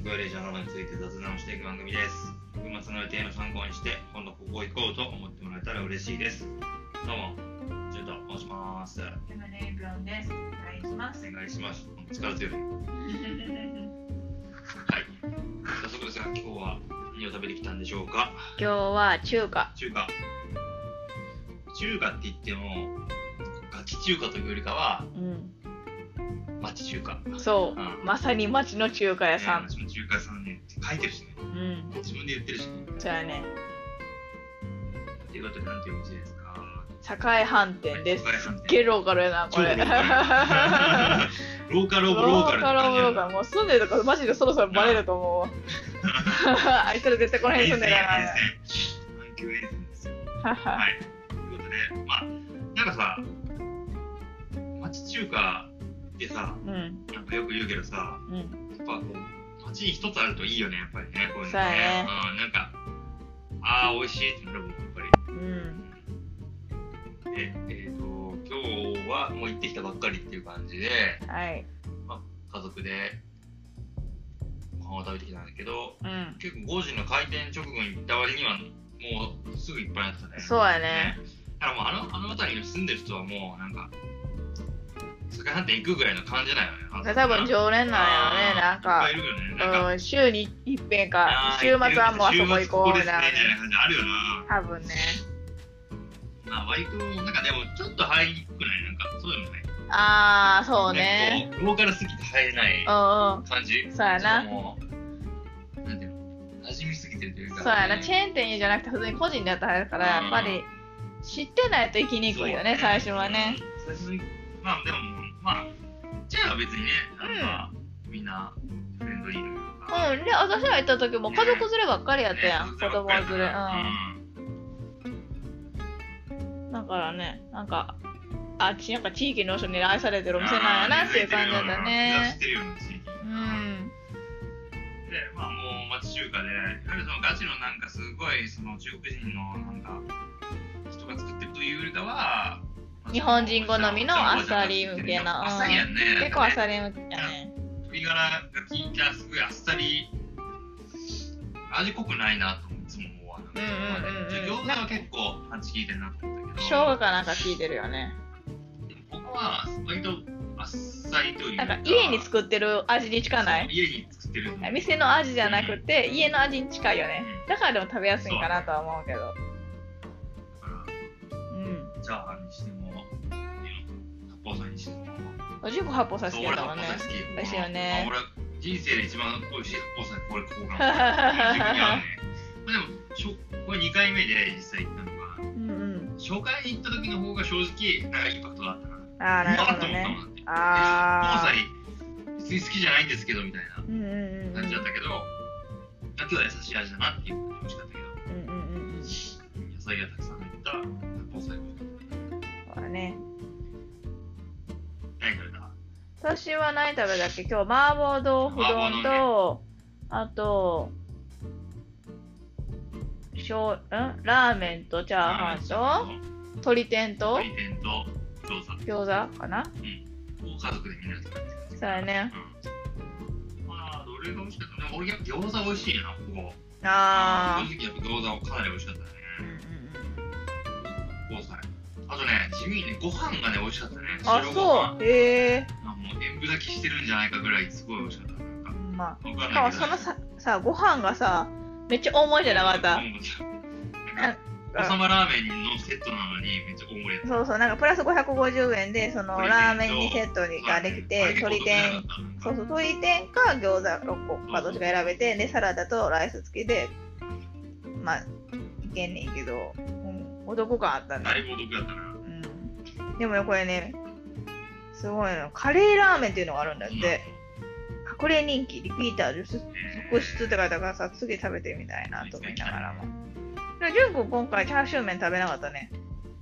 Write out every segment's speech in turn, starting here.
食やレジャーなどについて雑談をしていく番組です。週末の予定の参考にして、今度ここ行こうと思ってもらえたら嬉しいです。どうも、ジュンと申します。 エムネイブロンです。お願いします。 お願いします。力強い。はい。早速ですが、今日は何を食べてきたんでしょうか。 今日は中華。 中華って言っても、ガチ中華というよりかは、町中華。 そう、まさに町の中華屋さん。 町の中華屋さんね、書いてるしね。自分で言ってるしね。 そうやね。 ということで、なんていうお店ですか。 栄飯店です。すっげえローカルやな、これ。 ローカルオブローカル。 もう住んでるとこマジでそろそろバレると思うわ。あいつら絶対この辺住んでるからな。 阪急沿線ですよ。はい。ということで、まあ、なんかさ、町中華ってさ、なんかよく言うけどさ、やっぱこう、町に一つあるといいよね、やっぱりね。こういうのね。なんか、ああ、美味しいってなるもん、やっぱり。で、今日はもう行ってきたばっかりっていう感じで、まあ、家族でご飯を食べてきたんだけど、結構5時の開店直後に行った割にはもうすぐいっぱいになってたね。 そうやね。 だからもうあの辺りに住んでる人はもうなんか栄飯店行くぐらいの感じだよね。 多分常連なんやね。なんか週に一遍か週末はもうあそこ行こうみたいな感じあるよな。 多分ね。 まあ割となんかでもちょっと入りにくくない？なんかそういうのね。 ああ、そうね。 ローカルすぎて入れない感じ。 そうやな。 なんていうの、馴染みすぎてるというか。 そうやな。チェーン店じゃなくて普通に個人でやったら入るからやっぱり知ってないと行きにくいよね、最初はね。 まあでもまあじゃあ別にね、なんかみんなフレンドリーというか。 で私が行った時も家族連ればっかりやったやん、子供連れ。だからね、なんか地域の人に愛されてるお店なんやなっていう感じだったね。 で、まあもう町中華で、いわゆるそのガチのなんかすごいその中国人のなんか人が作ってるというよりかは、 日本人好みのあっさり向けの。 あっさりやんね。 結構あっさり向けやね。 鶏ガラが効いたすごいあっさり、味濃くないなといつも思うわ。餃子は結構パンチ効いてるなと思ったけど。 生姜かなんか効いてるよね。 ここは割とあっさりというか。 なんか家に作ってる味に近ない？ 家に作ってる。 店の味じゃなくて家の味に近いよね。だからでも食べやすいかなとは思うけど。 チャーハンにしても、八宝菜にしても。 十個八宝菜好きだもんね。美味しいよね。 俺、人生で一番美味しい八宝菜、ここかな。でも、これ2回目で実際行ったのが、初回に行った時の方が正直、なんかインパクトがあったな。 なるほどね。 八宝菜、別に好きじゃないんですけど、みたいな感じだったけど、今日は優しい味だなっていう感じで美味しかったけど、野菜がたくさん入った八宝菜が美味しかった。 そうだね。 何食べた？ 私は何食べたっけ？今日麻婆豆腐丼と、あとラーメンとチャーハンと鶏天と餃子かな？ 家族でみんなで食べてる。 そうやね。 まあどれが美味しかった？でも俺餃子美味しいな、ここ。正直やっぱ餃子かなり美味しかったね。あとね、地味にね、ご飯がね、美味しかったね。 あ、そう。 塩分炊きしてるんじゃないかぐらいすごい美味しかった。 まあ、しかもそのさ、ご飯がさ、めっちゃ大盛りじゃなかった。 おさまラーメンのセットなのにめっちゃ大盛り。 そうそう、なんかプラス550円で、そのラーメン2セットができて、鶏天か餃子6個かどっちか選べて、で、サラダとライス付きで、まあ、いけんねんけど、お得感あったね。 だいぶお得だったな。 でもね、これね、すごいの。カレーラーメンっていうのがあるんだって。隠れ人気、リピーター続出って書いたからさ、次食べてみたいなと思いながらも。純子今回チャーシュー麺食べなかったね。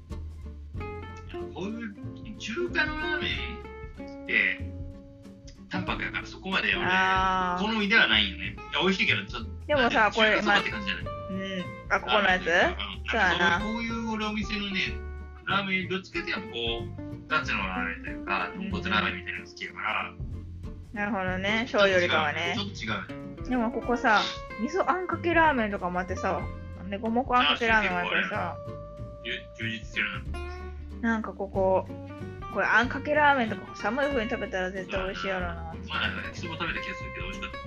こういう中華のラーメンって淡白やからそこまで俺好みではないよね。美味しいけどちょっと。 でもさ、これ、 まあ、って感じじゃない？ あ、ここのやつ？そうやな。 こういう俺お店のね、ラーメンどっちかっていうとこうガチのラーメンというか豚骨ラーメンみたいなの好きやから。 なるほどね、醤油よりかはね。 ちょっと違うね。 でもここさ、味噌あんかけラーメンとかもあってさ、で五目あんかけラーメンもあってさ、 充実してるな。なんかこれあんかけラーメンとか寒い風に食べたら絶対美味しいやろな。 まあなんか焼きそば食べた気がするけど美味しかった。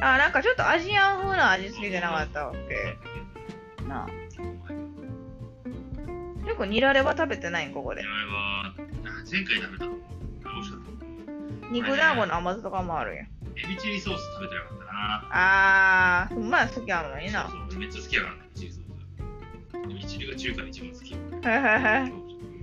なんかちょっとアジアン風な味付けじゃなかったわけ。なあ。結構ニラレバ食べてないんここで。 ニラレバ前回食べたの美味しかった。 肉団子の甘酢とかもあるやん。 エビチリソース食べてなかったな。 まあ好きなのにな。 そうめっちゃ好きやからね、エビチリソース。エビチリが中華で一番好き。 はいはいはい。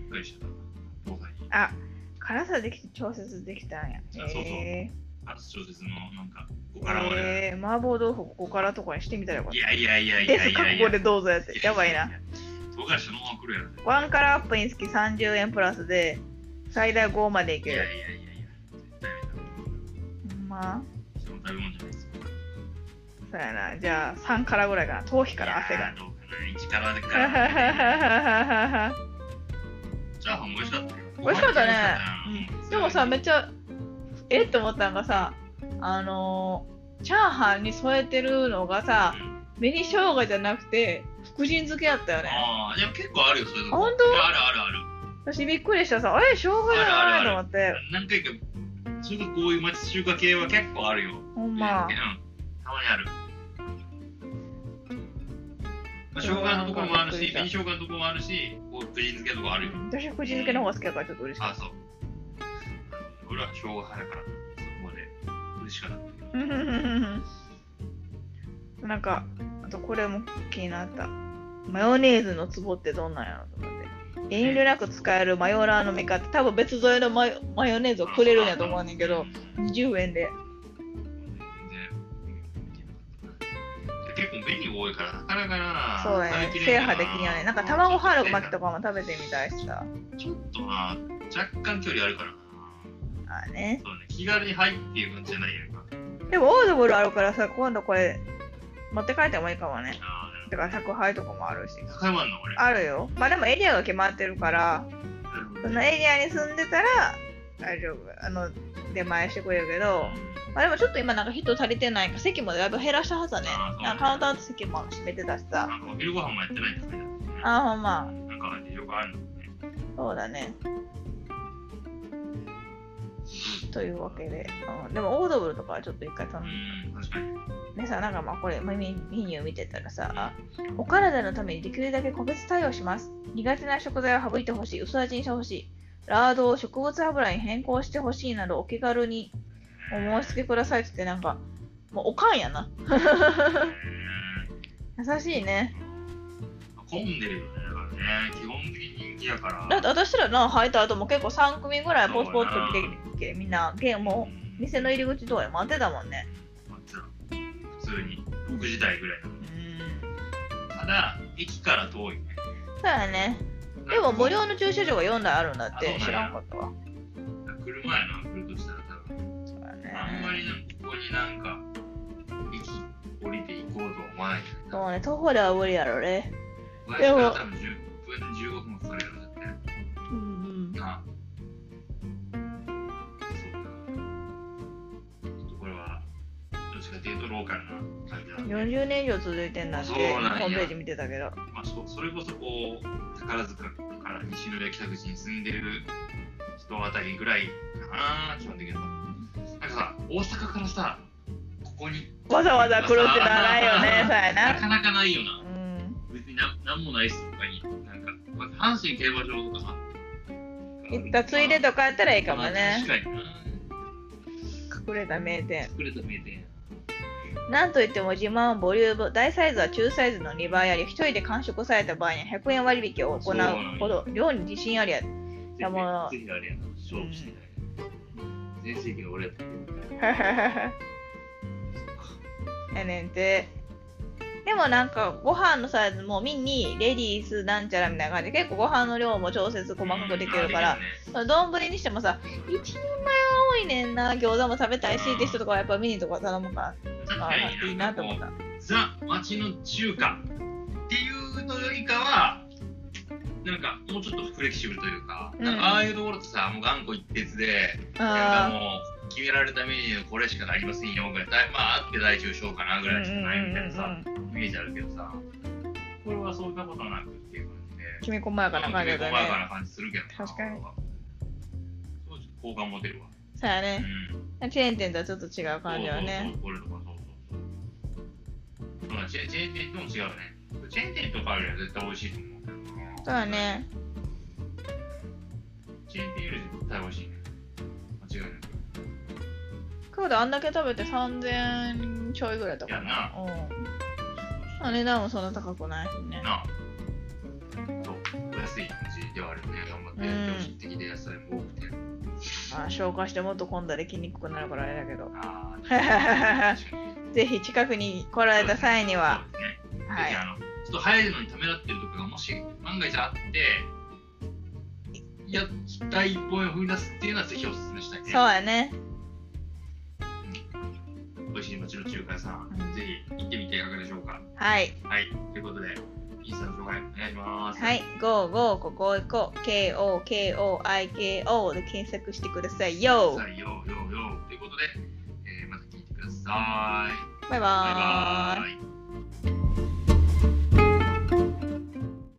辛さできて調節できたんや。 そうそう。辛さ調節のなんか5辛はね。 麻婆豆腐5辛とかにしてみたらよかった。 いや。 ですかここでどうぞやって。やばいな。 唐辛子そのまま来るやろ。 ワンカラーアップにつき30円プラスで最大5までいける。 いや。 まあ。 人の食べ物じゃないですか。 そうやな。じゃあ3辛ぐらいかな。頭皮から汗が。 どうかな。1辛でから。チャーハンも美味しかったよ。 美味しかったね。でもさ、めっちゃって思ったのがさ、チャーハンに添えてるのがさ、紅生姜じゃなくて福神漬けやったよね。 でも結構あるよ、そういうの。 本当？ ある。 私びっくりしたさ、生姜じゃないと思って。 何回か、それこそこういう町中華系は結構あるよ。 ほんま。 たまにある。生姜のところもあるし、紅生姜のところもあるし、福神漬けのところあるよ。 私福神漬けの方が好きだからちょっと嬉しかった。 そう。俺は生姜派だから、そこまで嬉しかった。 なんか、あとこれも気になった。マヨネーズの壺ってどんなんやろと思って。遠慮なく使えるマヨラーの味方、多分別添えのマヨネーズをくれるんやと思うねんけど、20円で。 結構メニュー多いからなかなかな。 そうね、制覇できんよね。なんか卵春巻きとかも食べてみたいしさ。 ちょっとな、若干距離あるからな。 ね。 そうね、気軽に入っていう感じじゃないやんか。 でもオードブルあるからさ、今度これ持って帰ってもいいかもね。だから宅配とかもあるし。 宅配もあるのこれ。 あるよ。まあでもエリアが決まってるから、そのエリアに住んでたら大丈夫。出前してくれるけど、まあでもちょっと今なんか人足りてないから席もだいぶ減らしたはずだね。なんかカウンターと席も閉めてたしさ。 なんかお昼ご飯もやってないんだね。 ほんま。 なんか事情があるのね。 そうだね。というわけで、でもオードブルとかはちょっと一回頼んで。 確かに。 でさ、なんかまあこれメニュー見てたらさ、お体のためにできるだけ個別対応します。苦手な食材を省いてほしい。薄味にしてほしい。ラードを植物油に変更してほしいなどお気軽にお申し付けくださいって言ってなんか、もうおかんやな。優しいね。 混んでるよね。だからね、基本的に人気やから。 だって私らの入った後も結構3組ぐらいポツポツと来てみんな、もう店の入り口とかで待ってたもんね。 待ってた。普通に6時台ぐらいなの。ただ、駅から遠いね。 そうやね。でも無料の駐車場が4台あるんだって知らんかったわ。 車やな、来るとしたら多分。そうだね。あんまりここになんか、駅降りて行こうとは思わないけど。 そうね、徒歩では無理やろね。 でも、多分10分、15分かかるやろだって。そうか。ちょっとこれは、どっちかっていうとローカルな感じだね。 40年以上続いてんだって、ホームページ見てたけど。 まあ、それこそこう、宝塚から西宮北口に住んでる人あたりぐらいかな、基本的に。なんかさ、大阪からさ、ここにわざわざ来るってのはないよね、そうやな。 なかなかないよな。別になんもないしとかに、なんか、阪神競馬場とかさ、 行ったついでとかやったらいいかもね。 確かにな。 隠れた名店。 隠れた名店。 なんといっても自慢はボリューム、大サイズは中サイズの2倍あり、1人で完食された場合には100円割引を行うほど、量に自信ありや。 ぜひあれやな、勝負してない。全盛期の俺やった。 やねんて。でもなんかご飯のサイズもミニ、レディースなんちゃらみたいな感じで結構ご飯の量も調節細かくできるから、丼にしてもさ、1人前は多いねんな、餃子も食べたいしって人とかはやっぱミニとか頼むから、いいなと思った。 ザ・町の中華っていうのよりかは、なんかもうちょっとフレキシブルというか、なんかああいうところってさ、もう頑固一徹で、なんかもう決められたメニューこれしかありませんよぐらい、まああって大中小かなぐらいしかないみたいなさ、イメージあるけどさ、これはそんなことなくっていう感じで、 きめ細やかな感じだね。 きめ細やかな感じするけどな。 確かに。 そうちょっと好感持てるわ。 そうやね。チェーン店とはちょっと違う感じはね。 これとかそう。チェーン店とも違うね。チェーン店とかよりは絶対美味しいと思うけどな。 そうだね。 チェーン店より絶対美味しいね。間違いない。 今日であんだけ食べて3000ちょいぐらいだったかな。 やな。値段もそんな高くないしね。 なあ。そう、お安い感じではあるよね。頑張って、良心的で野菜も多くて。 まあ、消化してもっと混んだり筋肉くなるからあれだけど。 あぜひ近くに来られた際には。 そうですね。 はい。 ちょっと早いのにためらってるとかがもし万が一あって、第一歩を踏み出すっていうのはぜひお勧めしたいね。 そうやね。 美味しい町の中華屋さん、ぜひ行ってみていかがでしょうか。 はい。 はい。ということで、インスタの紹介お願いします。 はい。ゴーゴーここ行こう。KOKOIKO で検索してくださいよ。 ということで、また聞いてください。 バイバーイ。 バイバーイ。